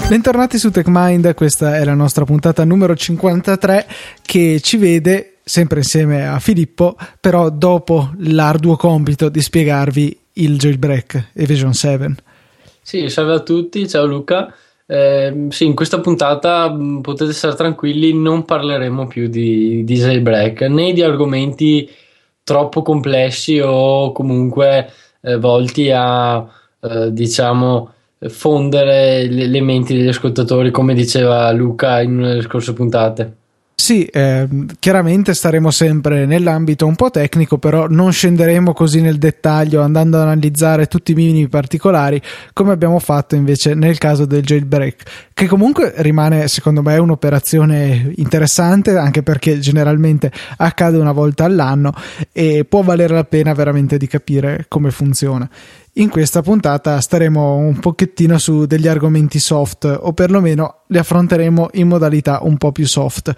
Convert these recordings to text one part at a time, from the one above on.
Bentornati su TechMind, questa è la nostra puntata numero 53 che ci vede sempre insieme a Filippo, però dopo l'arduo compito di spiegarvi il jailbreak Evasion 7. Sì, salve a tutti, ciao Luca. Sì, in questa puntata potete stare tranquilli, non parleremo più di jailbreak né di argomenti troppo complessi o comunque volti a diciamo fondere le menti degli ascoltatori, come diceva Luca in una delle scorse puntate. Sì, chiaramente staremo sempre nell'ambito un po' tecnico, però non scenderemo così nel dettaglio andando ad analizzare tutti i minimi particolari come abbiamo fatto invece nel caso del jailbreak, che comunque rimane secondo me un'operazione interessante, anche perché generalmente accade una volta all'anno e può valere la pena veramente di capire come funziona. In questa puntata staremo un pochettino su degli argomenti soft, o perlomeno li affronteremo in modalità un po' più soft.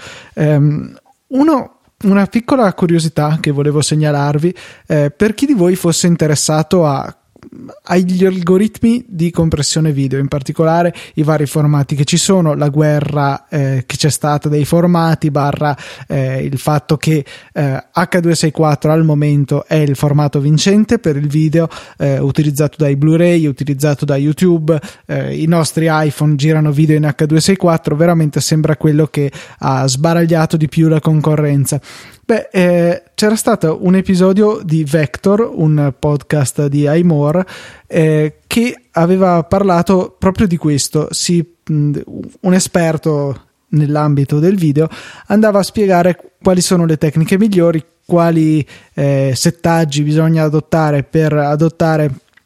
Una piccola curiosità che volevo segnalarvi, per chi di voi fosse interessato agli algoritmi di compressione video, in particolare i vari formati che ci sono, la guerra che c'è stata dei formati barra il fatto che H264 al momento è il formato vincente per il video utilizzato dai Blu-ray, utilizzato da YouTube, i nostri iPhone girano video in H264, veramente sembra quello che ha sbaragliato di più la concorrenza. C'era stato un episodio di Vector, un podcast di iMore, che aveva parlato proprio di questo. Un esperto nell'ambito del video andava a spiegare quali sono le tecniche migliori, quali settaggi bisogna adottare per adottare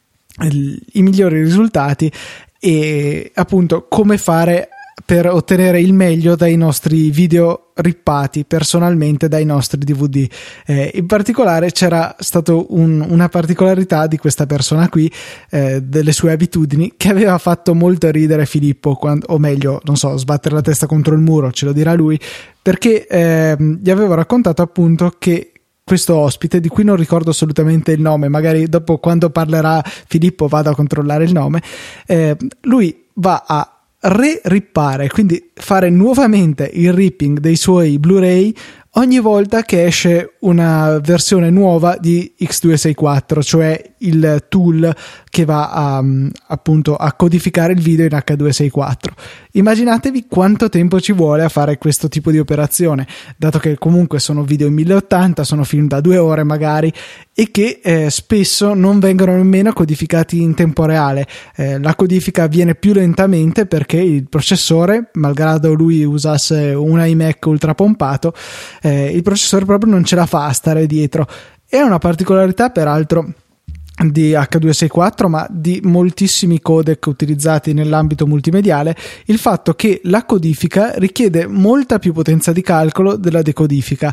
i migliori risultati e appunto come fare per ottenere il meglio dai nostri video rippati personalmente dai nostri DVD. In particolare c'era stato una particolarità di questa persona qui, delle sue abitudini, che aveva fatto molto ridere Filippo, o meglio, non so, sbattere la testa contro il muro, ce lo dirà lui, perché gli avevo raccontato appunto che questo ospite, di cui non ricordo assolutamente il nome, magari dopo quando parlerà Filippo vado a controllare il nome, lui va a rippare, quindi fare nuovamente il ripping dei suoi Blu-ray ogni volta che esce una versione nuova di X264, cioè il tool che va appunto a codificare il video in H264. Immaginatevi quanto tempo ci vuole a fare questo tipo di operazione, dato che comunque sono video in 1080, sono film da 2 ore magari, e che spesso non vengono nemmeno codificati in tempo reale. La codifica avviene più lentamente perché il processore, malgrado lui usasse un iMac ultra pompato, il processore proprio non ce la fa a stare dietro. È una particolarità peraltro di H264, ma di moltissimi codec utilizzati nell'ambito multimediale, il fatto che la codifica richiede molta più potenza di calcolo della decodifica,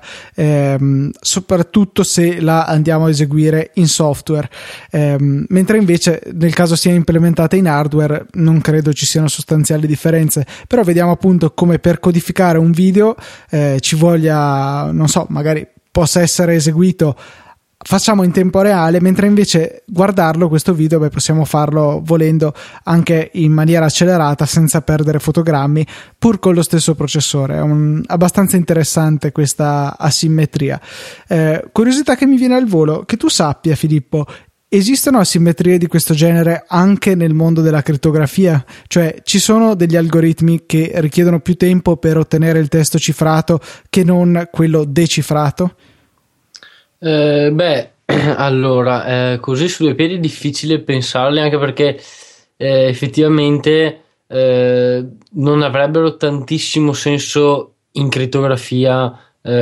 soprattutto se la andiamo a eseguire in software, mentre invece nel caso sia implementata in hardware non credo ci siano sostanziali differenze. Però vediamo appunto come per codificare un video ci voglia, non so, magari possa essere eseguito facciamo in tempo reale, mentre invece guardarlo questo video possiamo farlo volendo anche in maniera accelerata senza perdere fotogrammi, pur con lo stesso processore. È abbastanza interessante questa asimmetria. Curiosità che mi viene al volo, che tu sappia Filippo, esistono asimmetrie di questo genere anche nel mondo della crittografia? Cioè ci sono degli algoritmi che richiedono più tempo per ottenere il testo cifrato che non quello decifrato? Allora, così su due piedi è difficile pensarli, anche perché effettivamente non avrebbero tantissimo senso in crittografia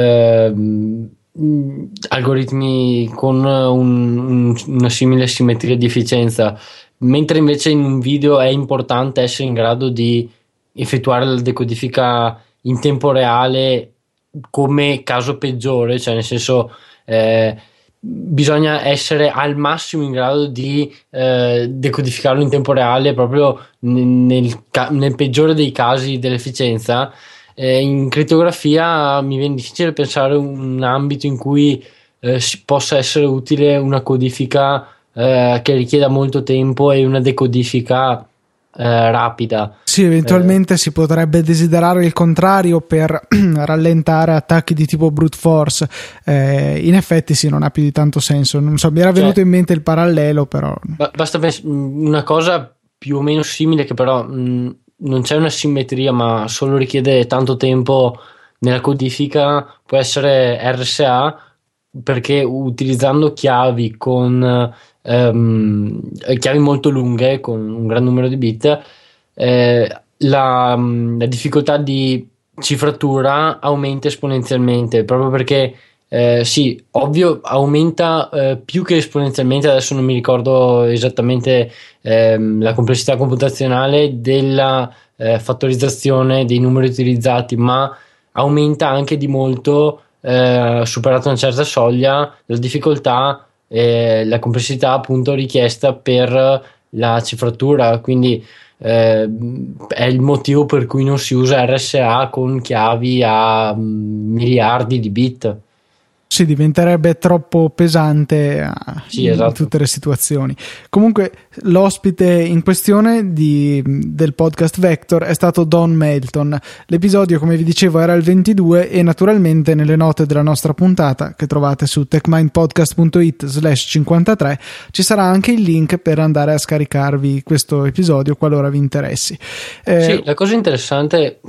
algoritmi con una simile simmetria di efficienza, mentre invece in un video è importante essere in grado di effettuare la decodifica in tempo reale come caso peggiore, cioè nel senso bisogna essere al massimo in grado di decodificarlo in tempo reale proprio nel peggiore dei casi dell'efficienza. In crittografia mi viene difficile pensare un ambito in cui possa essere utile una codifica che richieda molto tempo e una decodifica rapida. Sì, eventualmente si potrebbe desiderare il contrario per rallentare attacchi di tipo brute force. In effetti sì, non ha più di tanto senso. Non so, mi era venuto in mente il parallelo, però basta una cosa più o meno simile, che però non c'è una simmetria, ma solo richiede tanto tempo nella codifica, può essere RSA, perché utilizzando chiavi con chiavi molto lunghe, con un gran numero di bit, la difficoltà di cifratura aumenta esponenzialmente, proprio perché sì, ovvio, aumenta più che esponenzialmente. Adesso non mi ricordo esattamente la complessità computazionale della fattorizzazione dei numeri utilizzati, ma aumenta anche di molto, superata una certa soglia, la difficoltà, la complessità appunto richiesta per la cifratura. Quindi è il motivo per cui non si usa RSA con chiavi a miliardi di bit. sì, diventerebbe troppo pesante Sì, in esatto. tutte le situazioni. Comunque, l'ospite in questione del podcast Vector è stato Don Melton. L'episodio, come vi dicevo, era il 22 e naturalmente nelle note della nostra puntata, che trovate su techmindpodcast.it/53, ci sarà anche il link per andare a scaricarvi questo episodio qualora vi interessi. Sì, la cosa interessante,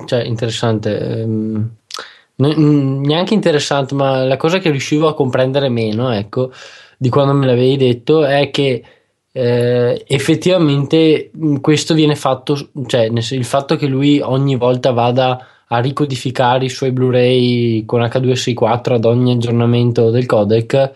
neanche interessante, ma la cosa che riuscivo a comprendere meno, ecco, di quando me l'avevi detto, è che effettivamente questo viene fatto, cioè il fatto che lui ogni volta vada a ricodificare i suoi Blu-ray con H264 ad ogni aggiornamento del codec,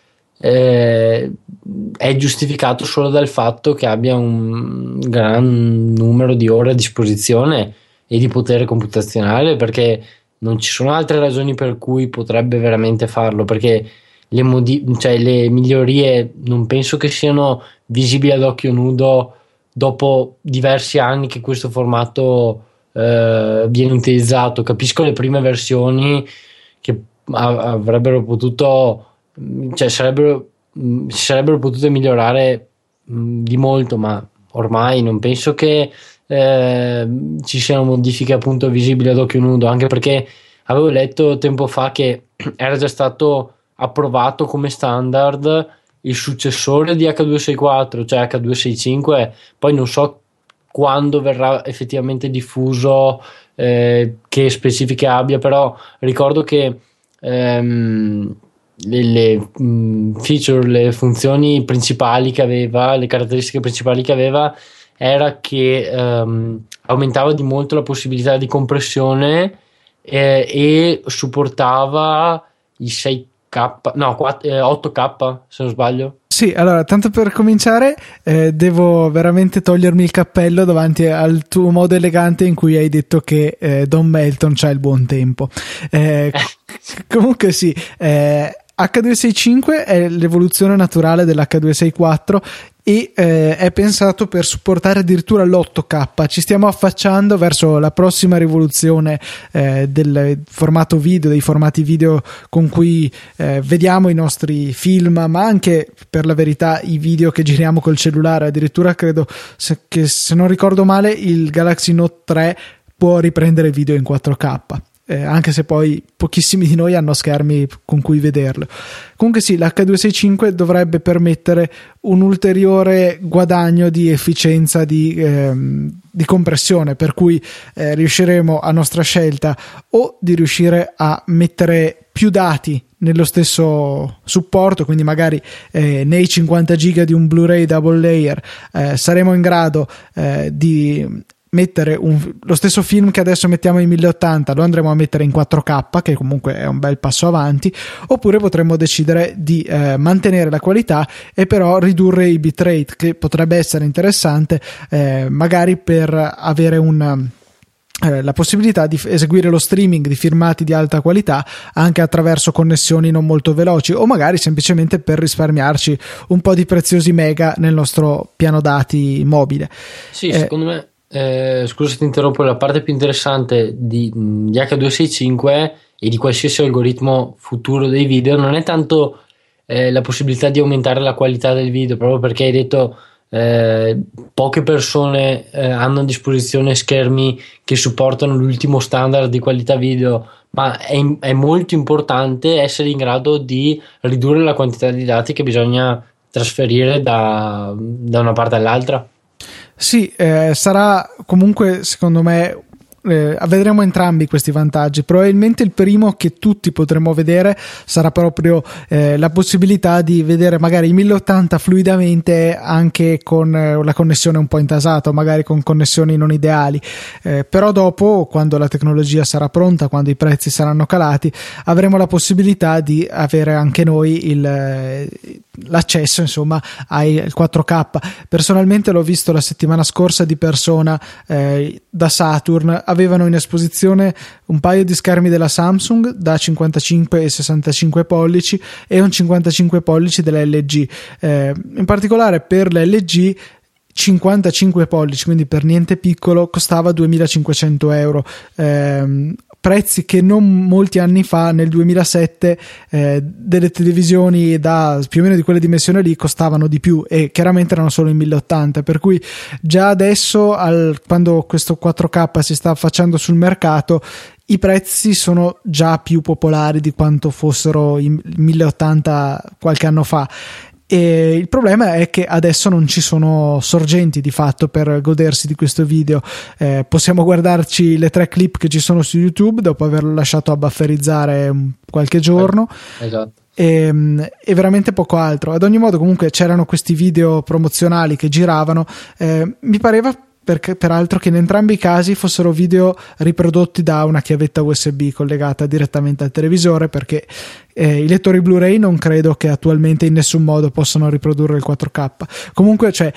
è giustificato solo dal fatto che abbia un gran numero di ore a disposizione e di potere computazionale, perché non ci sono altre ragioni per cui potrebbe veramente farlo, perché le migliorie non penso che siano visibili ad occhio nudo dopo diversi anni che questo formato viene utilizzato. Capisco le prime versioni che avrebbero potuto, cioè si sarebbero potute migliorare di molto, ma ormai non penso che ci siano modifiche appunto visibili ad occhio nudo, anche perché avevo letto tempo fa che era già stato approvato come standard il successore di H264, cioè H265. Poi non so quando verrà effettivamente diffuso, che specifiche abbia, però ricordo che feature, le funzioni principali che aveva, le caratteristiche principali che aveva, era che aumentava di molto la possibilità di compressione, e supportava i 6K, no, 8K se non sbaglio. Sì, allora, tanto per cominciare, devo veramente togliermi il cappello davanti al tuo modo elegante in cui hai detto che Don Melton c'ha il buon tempo. Comunque sì, H265 è l'evoluzione naturale dell'H264 e è pensato per supportare addirittura l'8K. Ci stiamo affacciando verso la prossima rivoluzione del formato video, dei formati video con cui vediamo i nostri film, ma anche per la verità i video che giriamo col cellulare. Addirittura credo che, se non ricordo male, il Galaxy Note 3 può riprendere video in 4K. Anche se poi pochissimi di noi hanno schermi con cui vederlo. Comunque sì, l'H265 dovrebbe permettere un ulteriore guadagno di efficienza di compressione, per cui riusciremo a nostra scelta o di riuscire a mettere più dati nello stesso supporto, quindi magari nei 50 giga di un Blu-ray double layer saremo in grado di mettere lo stesso film che adesso mettiamo in 1080, lo andremo a mettere in 4K, che comunque è un bel passo avanti, oppure potremmo decidere di mantenere la qualità e però ridurre i bitrate, che potrebbe essere interessante, magari per avere la possibilità di eseguire lo streaming di filmati di alta qualità anche attraverso connessioni non molto veloci, o magari semplicemente per risparmiarci un po' di preziosi mega nel nostro piano dati mobile. Sì, secondo me, scusa se ti interrompo, la parte più interessante di H265 e di qualsiasi algoritmo futuro dei video non è tanto la possibilità di aumentare la qualità del video, proprio perché hai detto poche persone hanno a disposizione schermi che supportano l'ultimo standard di qualità video, ma è molto importante essere in grado di ridurre la quantità di dati che bisogna trasferire da una parte all'altra. Sì, sarà comunque, secondo me, vedremo entrambi questi vantaggi. Probabilmente il primo che tutti potremo vedere sarà proprio la possibilità di vedere magari i 1080 fluidamente anche con la connessione un po' intasata, o magari con connessioni non ideali, però dopo, quando la tecnologia sarà pronta, quando i prezzi saranno calati, avremo la possibilità di avere anche noi l'accesso, insomma, al 4K. Personalmente l'ho visto la settimana scorsa di persona da Saturn. Avevano in esposizione un paio di schermi della Samsung da 55 e 65 pollici e un 55 pollici della LG. In particolare per la LG 55 pollici, quindi per niente piccolo, costava 2.500 euro. Prezzi che non molti anni fa, nel 2007, delle televisioni da più o meno di quelle dimensioni lì costavano di più, e chiaramente erano solo in 1080, per cui già adesso, quando questo 4K si sta affacciando sul mercato, i prezzi sono già più popolari di quanto fossero in 1080 qualche anno fa. E il problema è che adesso non ci sono sorgenti di fatto per godersi di questo video. Possiamo guardarci le 3 clip che ci sono su YouTube dopo averlo lasciato a bufferizzare qualche giorno. Esatto. E veramente poco altro. Ad ogni modo, comunque, c'erano questi video promozionali che giravano. Mi pareva peraltro che in entrambi i casi fossero video riprodotti da una chiavetta USB collegata direttamente al televisore, perché i lettori Blu-ray non credo che attualmente in nessun modo possano riprodurre il 4K. Comunque, cioè,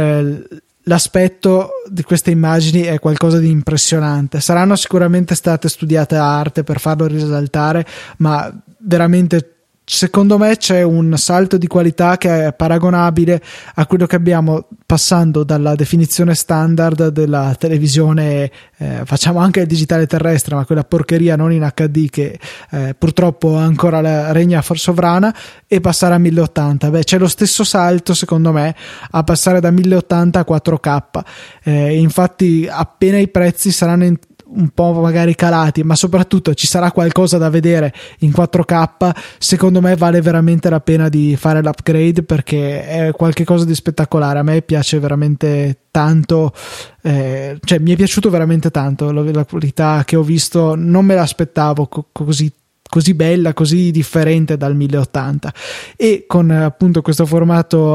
l'aspetto di queste immagini è qualcosa di impressionante. Saranno sicuramente state studiate a arte per farlo risaltare, ma veramente, secondo me, c'è un salto di qualità che è paragonabile a quello che abbiamo passando dalla definizione standard della televisione, facciamo anche il digitale terrestre, ma quella porcheria non in HD che purtroppo ancora regna sovrana, e passare a 1080. C'è lo stesso salto, secondo me, a passare da 1080 a 4K. Infatti, appena i prezzi saranno un po' magari calati, ma soprattutto ci sarà qualcosa da vedere in 4K, secondo me vale veramente la pena di fare l'upgrade, perché è qualcosa di spettacolare. A me piace veramente tanto, cioè mi è piaciuto veramente tanto la qualità che ho visto, non me l'aspettavo così bella, così differente dal 1080, e con appunto questo formato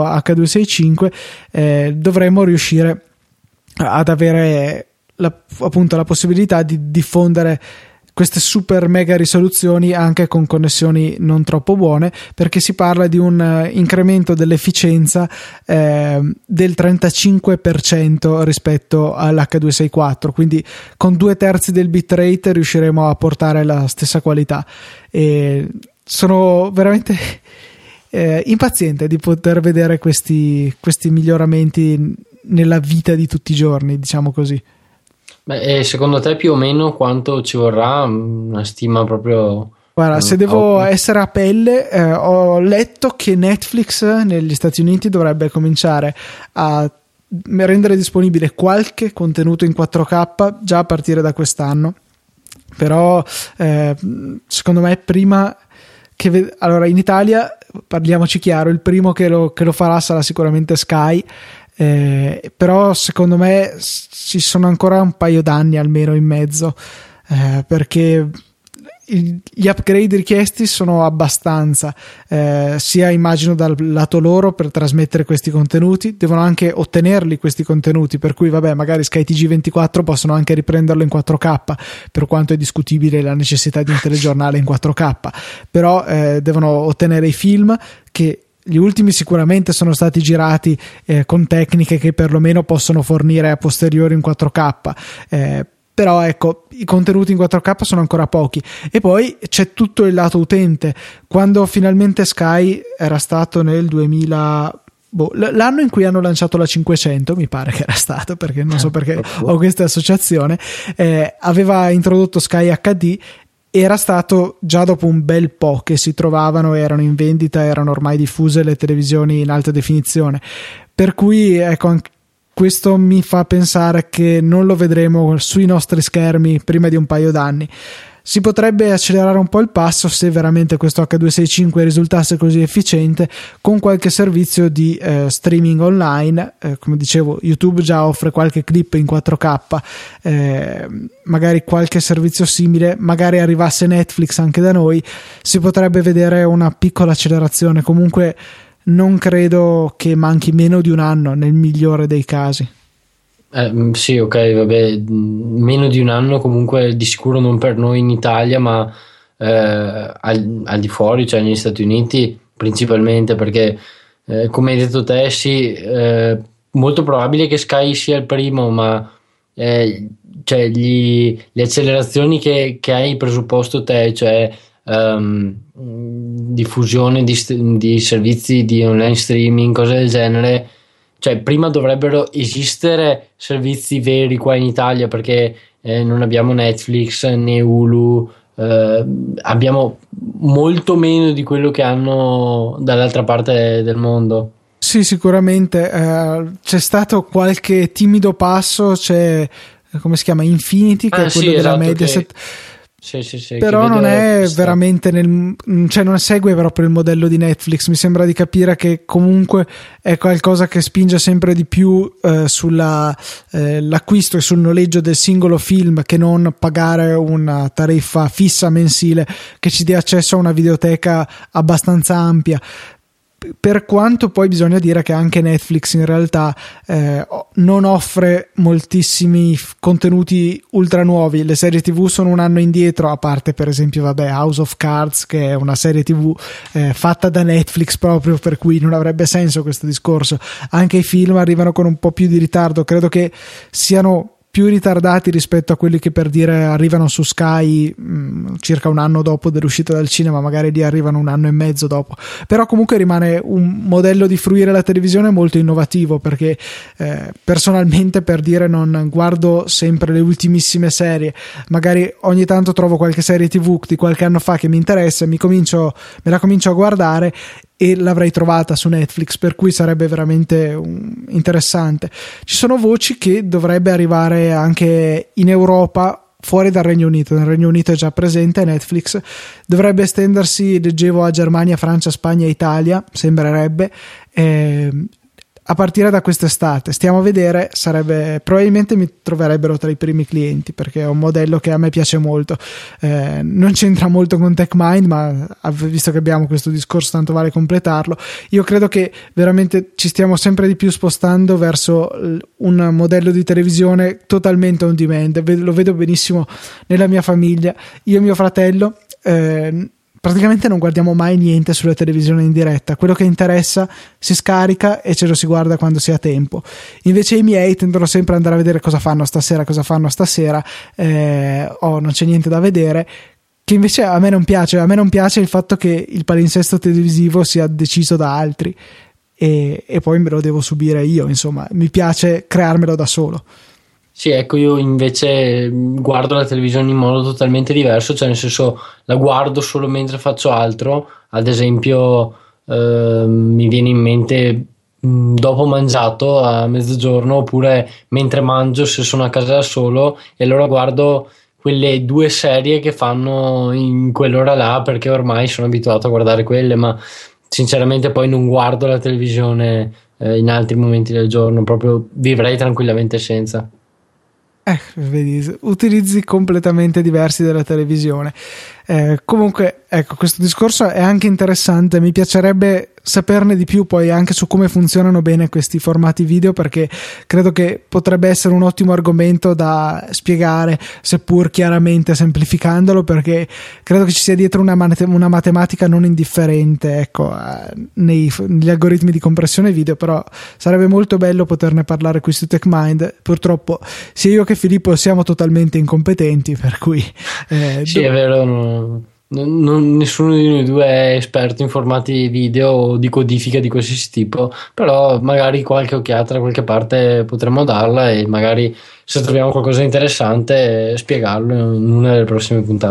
H265 dovremmo riuscire ad avere appunto la possibilità di diffondere queste super mega risoluzioni anche con connessioni non troppo buone, perché si parla di un incremento dell'efficienza del 35% rispetto all'H264, quindi con 2/3 del bitrate riusciremo a portare la stessa qualità. E sono veramente impaziente di poter vedere questi miglioramenti nella vita di tutti i giorni, diciamo così. E secondo te più o meno quanto ci vorrà? Una stima proprio? Guarda, se devo essere a pelle, ho letto che Netflix negli Stati Uniti dovrebbe cominciare a rendere disponibile qualche contenuto in 4K già a partire da quest'anno, però secondo me prima che allora, in Italia, parliamoci chiaro, il primo che lo farà sarà sicuramente Sky. Però secondo me ci sono ancora un paio d'anni almeno in mezzo, perché gli upgrade richiesti sono abbastanza, sia immagino dal lato loro per trasmettere questi contenuti, devono anche ottenerli questi contenuti, per cui vabbè, magari Sky TG24 possono anche riprenderlo in 4K, per quanto è discutibile la necessità di un telegiornale in 4K, però devono ottenere i film, che gli ultimi sicuramente sono stati girati con tecniche che perlomeno possono fornire a posteriori in 4K, però ecco, i contenuti in 4K sono ancora pochi. E poi c'è tutto il lato utente. Quando finalmente Sky era stato nel 2000, l'anno in cui hanno lanciato la 500, mi pare che era stato, perché non so perché ho questa associazione, aveva introdotto Sky HD. Era stato già dopo un bel po' che si trovavano, erano in vendita, erano ormai diffuse le televisioni in alta definizione, per cui ecco, questo mi fa pensare che non lo vedremo sui nostri schermi prima di un paio d'anni. Si potrebbe accelerare un po' il passo se veramente questo H265 risultasse così efficiente con qualche servizio di streaming online. Come dicevo, YouTube già offre qualche clip in 4K, magari qualche servizio simile, magari arrivasse Netflix anche da noi, si potrebbe vedere una piccola accelerazione. Comunque non credo che manchi meno di un anno nel migliore dei casi. Sì, ok, vabbè, meno di un anno comunque di sicuro non per noi in Italia, ma al di fuori, cioè negli Stati Uniti principalmente, perché come hai detto te, sì, molto probabile che Sky sia il primo, ma cioè le accelerazioni che hai presupposto te, cioè diffusione di servizi di online streaming, cose del genere. Cioè, prima dovrebbero esistere servizi veri qua in Italia, perché non abbiamo Netflix né Hulu, abbiamo molto meno di quello che hanno dall'altra parte del mondo. Sì, sicuramente c'è stato qualche timido passo, c'è come si chiama, Infinity, che è quello della esatto, Mediaset. Sì, Però non è veramente cioè non segue proprio il modello di Netflix. Mi sembra di capire che comunque è qualcosa che spinge sempre di più sull'acquisto e sul noleggio del singolo film, che non pagare una tariffa fissa mensile che ci dia accesso a una videoteca abbastanza ampia. Per quanto poi bisogna dire che anche Netflix in realtà non offre moltissimi contenuti ultra nuovi. Le serie TV sono un anno indietro, a parte per esempio House of Cards, che è una serie TV fatta da Netflix proprio, per cui non avrebbe senso questo discorso. Anche i film arrivano con un po' più di ritardo, credo che siano più ritardati rispetto a quelli che, per dire, arrivano su Sky circa un anno dopo dell'uscita dal cinema, magari lì arrivano un anno e mezzo dopo. Però comunque rimane un modello di fruire la televisione molto innovativo, perché personalmente, per dire, non guardo sempre le ultimissime serie, magari ogni tanto trovo qualche serie TV di qualche anno fa che mi interessa, me la comincio a guardare e l'avrei trovata su Netflix, per cui sarebbe veramente interessante. Ci sono voci che dovrebbe arrivare anche in Europa fuori dal Regno Unito. Nel Regno Unito è già presente Netflix, dovrebbe estendersi, leggevo, a Germania, Francia, Spagna e Italia, sembrerebbe, a partire da quest'estate. Stiamo a vedere, probabilmente mi troverebbero tra i primi clienti, perché è un modello che a me piace molto. Non c'entra molto con TechMind, ma visto che abbiamo questo discorso tanto vale completarlo. Io credo che veramente ci stiamo sempre di più spostando verso un modello di televisione totalmente on demand. Lo vedo benissimo nella mia famiglia. Io e mio fratello praticamente non guardiamo mai niente sulla televisione in diretta. Quello che interessa si scarica e ce lo si guarda quando si ha tempo. Invece i miei tendono sempre ad andare a vedere cosa fanno stasera, non c'è niente da vedere, che invece a me non piace. A me non piace il fatto che il palinsesto televisivo sia deciso da altri e poi me lo devo subire io. Insomma, mi piace crearmelo da solo. Sì, ecco, io invece guardo la televisione in modo totalmente diverso, cioè nel senso la guardo solo mentre faccio altro. Ad esempio mi viene in mente dopo mangiato a mezzogiorno, oppure mentre mangio se sono a casa da solo, e allora guardo quelle 2 serie che fanno in quell'ora là, perché ormai sono abituato a guardare quelle, ma sinceramente poi non guardo la televisione in altri momenti del giorno, proprio vivrei tranquillamente senza. Vedi, utilizzi completamente diversi della televisione. Comunque, ecco, questo discorso è anche interessante. Mi piacerebbe saperne di più poi anche su come funzionano bene questi formati video, perché credo che potrebbe essere un ottimo argomento da spiegare, seppur chiaramente semplificandolo, perché credo che ci sia dietro una matematica non indifferente, ecco, negli algoritmi di compressione video. Però sarebbe molto bello poterne parlare qui su TechMind. Purtroppo sia io che Filippo siamo totalmente incompetenti, per cui sì, è vero, nessuno di noi due è esperto in formati video o di codifica di qualsiasi tipo, però magari qualche occhiata da qualche parte potremmo darla, e magari se troviamo qualcosa di interessante spiegarlo in una delle prossime puntate.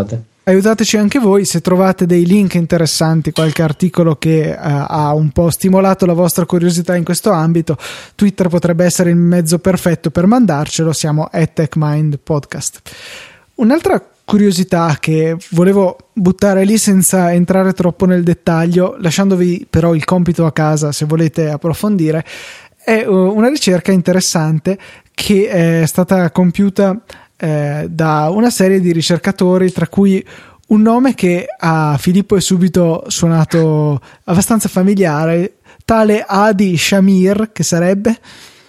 aiutateci anche voi se trovate dei link interessanti, qualche articolo che ha un po' stimolato la vostra curiosità in questo ambito. Twitter potrebbe essere il mezzo perfetto per mandarcelo, siamo @TechMindPodcast. Un'altra curiosità che volevo buttare lì senza entrare troppo nel dettaglio, lasciandovi però il compito a casa se volete approfondire, è una ricerca interessante che è stata compiuta da una serie di ricercatori, tra cui un nome che a Filippo è subito suonato abbastanza familiare, tale Hadi Shamir, che sarebbe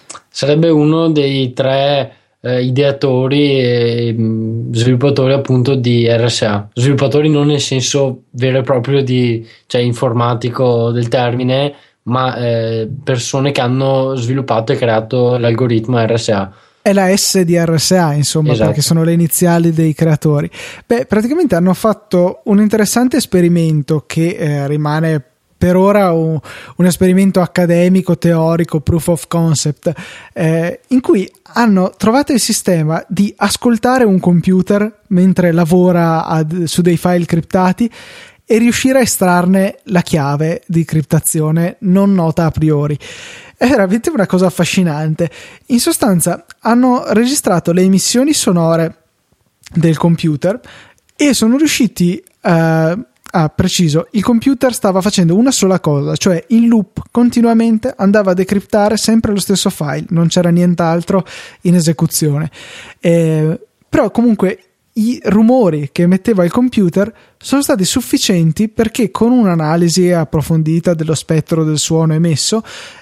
uno dei 3 ideatori e sviluppatori appunto di RSA, sviluppatori non nel senso vero e proprio cioè informatico del termine, ma persone che hanno sviluppato e creato l'algoritmo RSA. È la S di RSA, insomma, esatto, perché sono le iniziali dei creatori. Praticamente hanno fatto un interessante esperimento che rimane per ora un esperimento accademico, teorico, proof of concept, in cui hanno trovato il sistema di ascoltare un computer mentre lavora su dei file criptati e riuscire a estrarne la chiave di criptazione non nota a priori. È veramente una cosa affascinante. In sostanza hanno registrato le emissioni sonore del computer e sono riusciti preciso, il computer stava facendo una sola cosa, cioè in loop continuamente andava a decriptare sempre lo stesso file, non c'era nient'altro in esecuzione, però comunque i rumori che emetteva il computer sono stati sufficienti perché con un'analisi approfondita dello spettro del suono emesso,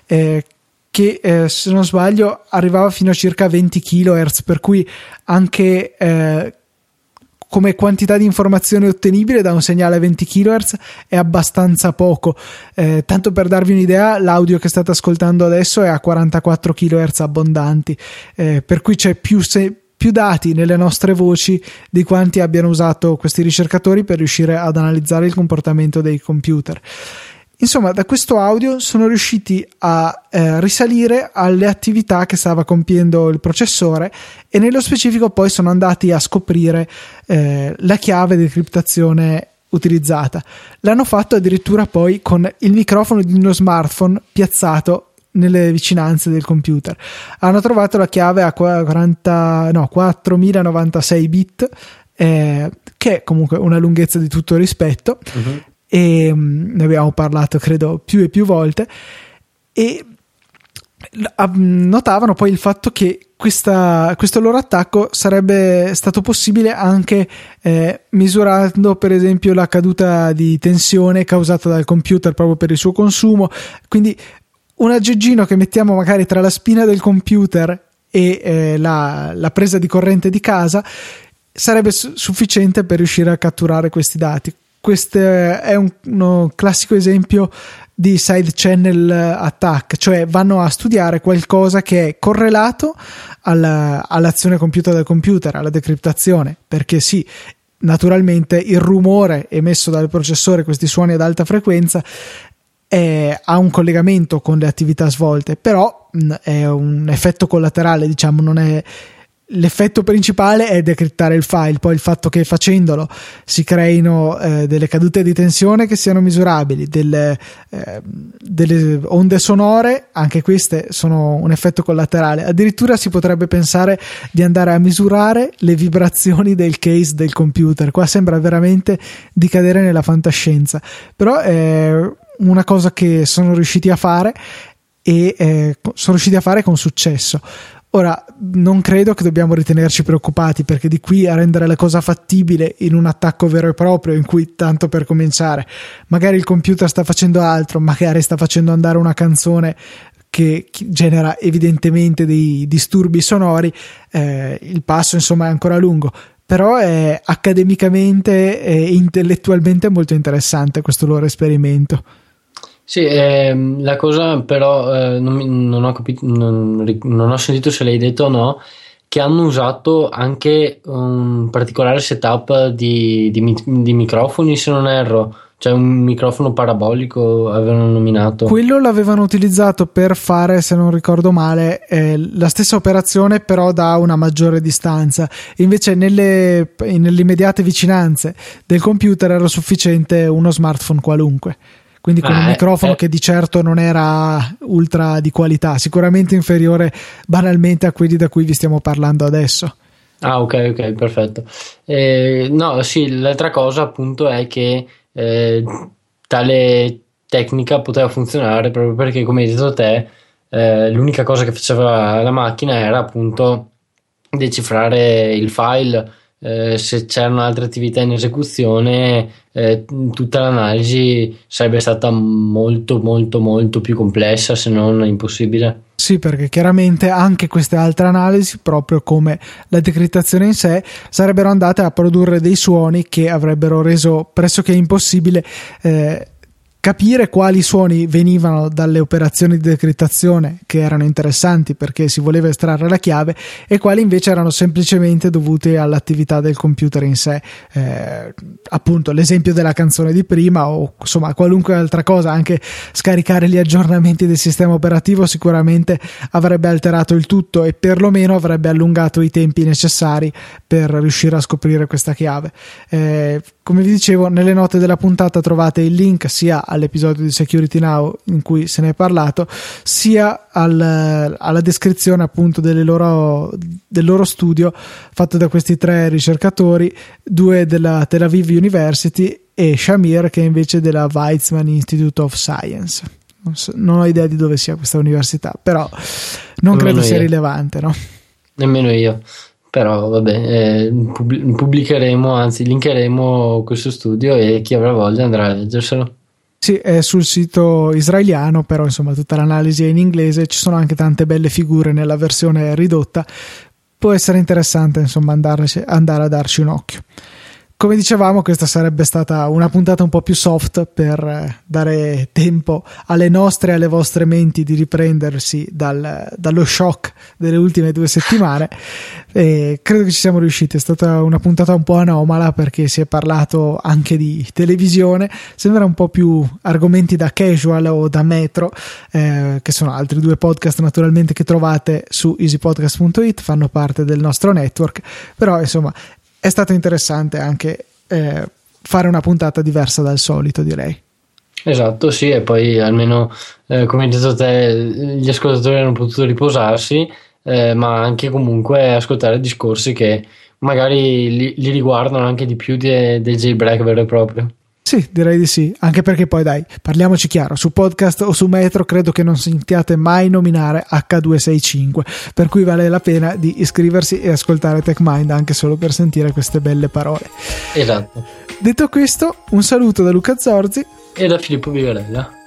che se non sbaglio arrivava fino a circa 20 kHz, per cui anche come quantità di informazione ottenibile da un segnale a 20 kHz è abbastanza poco. Tanto per darvi un'idea, l'audio che state ascoltando adesso è a 44 kHz abbondanti, per cui c'è più dati nelle nostre voci di quanti abbiano usato questi ricercatori per riuscire ad analizzare il comportamento dei computer. Insomma, da questo audio sono riusciti a risalire alle attività che stava compiendo il processore e nello specifico poi sono andati a scoprire la chiave di criptazione utilizzata. L'hanno fatto addirittura poi con il microfono di uno smartphone piazzato nelle vicinanze del computer. Hanno trovato la chiave a 4096 bit, che è comunque una lunghezza di tutto rispetto. Uh-huh. E ne abbiamo parlato credo più e più volte, e notavano poi il fatto che questo loro attacco sarebbe stato possibile anche misurando per esempio la caduta di tensione causata dal computer proprio per il suo consumo. Quindi un aggeggino che mettiamo magari tra la spina del computer e la presa di corrente di casa sarebbe sufficiente per riuscire a catturare questi dati. Questo è uno classico esempio di side channel attack, cioè vanno a studiare qualcosa che è correlato all'azione compiuta dal computer, alla decriptazione, perché sì, naturalmente il rumore emesso dal processore, questi suoni ad alta frequenza, ha un collegamento con le attività svolte, però è un effetto collaterale, diciamo, non è. L'effetto principale è decriptare il file, poi il fatto che facendolo si creino delle cadute di tensione che siano misurabili, delle onde sonore, anche queste sono un effetto collaterale. Addirittura si potrebbe pensare di andare a misurare le vibrazioni del case del computer. Qua sembra veramente di cadere nella fantascienza, però è una cosa che sono riusciti a fare e sono riusciti a fare con successo. Ora, non credo che dobbiamo ritenerci preoccupati, perché di qui a rendere la cosa fattibile in un attacco vero e proprio, in cui, tanto per cominciare, magari il computer sta facendo altro, magari sta facendo andare una canzone che genera evidentemente dei disturbi sonori, il passo insomma è ancora lungo, però è accademicamente e intellettualmente molto interessante questo loro esperimento. Sì, la cosa però non ho capito, non ho sentito se l'hai detto o no, che hanno usato anche un particolare setup di microfoni, se non erro, cioè un microfono parabolico avevano nominato. Quello l'avevano utilizzato per fare, se non ricordo male, la stessa operazione però da una maggiore distanza. Invece nelle immediate vicinanze del computer era sufficiente uno smartphone qualunque. Quindi con un microfono che di certo non era ultra di qualità, sicuramente inferiore banalmente a quelli da cui vi stiamo parlando adesso. Ah, ok, perfetto. No, sì, l'altra cosa appunto è che tale tecnica poteva funzionare proprio perché, come hai detto te, l'unica cosa che faceva la macchina era appunto decifrare il file. Se c'erano altre attività in esecuzione, tutta l'analisi sarebbe stata molto molto molto più complessa, se non impossibile. Sì, perché chiaramente anche queste altre analisi, proprio come la decrittazione in sé, sarebbero andate a produrre dei suoni che avrebbero reso pressoché impossibile capire quali suoni venivano dalle operazioni di decrittazione che erano interessanti perché si voleva estrarre la chiave e quali invece erano semplicemente dovuti all'attività del computer in sé. Appunto l'esempio della canzone di prima o insomma qualunque altra cosa, anche scaricare gli aggiornamenti del sistema operativo sicuramente avrebbe alterato il tutto e perlomeno avrebbe allungato i tempi necessari per riuscire a scoprire questa chiave. Come vi dicevo, nelle note della puntata trovate il link sia all'episodio di Security Now in cui se ne è parlato, sia alla descrizione appunto del loro studio fatto da questi 3 ricercatori, 2 della Tel Aviv University e Shamir che è invece della Weizmann Institute of Science. Non ho idea di dove sia questa università, però non credo sia rilevante, no? Nemmeno io. Però vabbè, pubblicheremo, anzi linkeremo questo studio e chi avrà voglia andrà a leggerselo. Sì, è sul sito israeliano, però insomma tutta l'analisi è in inglese, ci sono anche tante belle figure nella versione ridotta, può essere interessante insomma andare a darci un occhio. Come dicevamo, questa sarebbe stata una puntata un po' più soft per dare tempo alle nostre e alle vostre menti di riprendersi dallo shock delle ultime 2 settimane e credo che ci siamo riusciti. È stata una puntata un po' anomala perché si è parlato anche di televisione, sembra un po' più argomenti da casual o da metro, che sono altri 2 podcast naturalmente che trovate su easypodcast.it, fanno parte del nostro network, però insomma è stato interessante anche fare una puntata diversa dal solito, direi. Esatto, sì, e poi almeno come hai detto te, gli ascoltatori hanno potuto riposarsi, ma anche comunque ascoltare discorsi che magari li riguardano anche di più del jailbreak vero e proprio. Sì, direi di sì, anche perché poi dai, parliamoci chiaro, su podcast o su metro credo che non sentiate mai nominare H265, per cui vale la pena di iscriversi e ascoltare TechMind anche solo per sentire queste belle parole. Esatto. Detto questo, un saluto da Luca Zorzi e da Filippo Vigarella.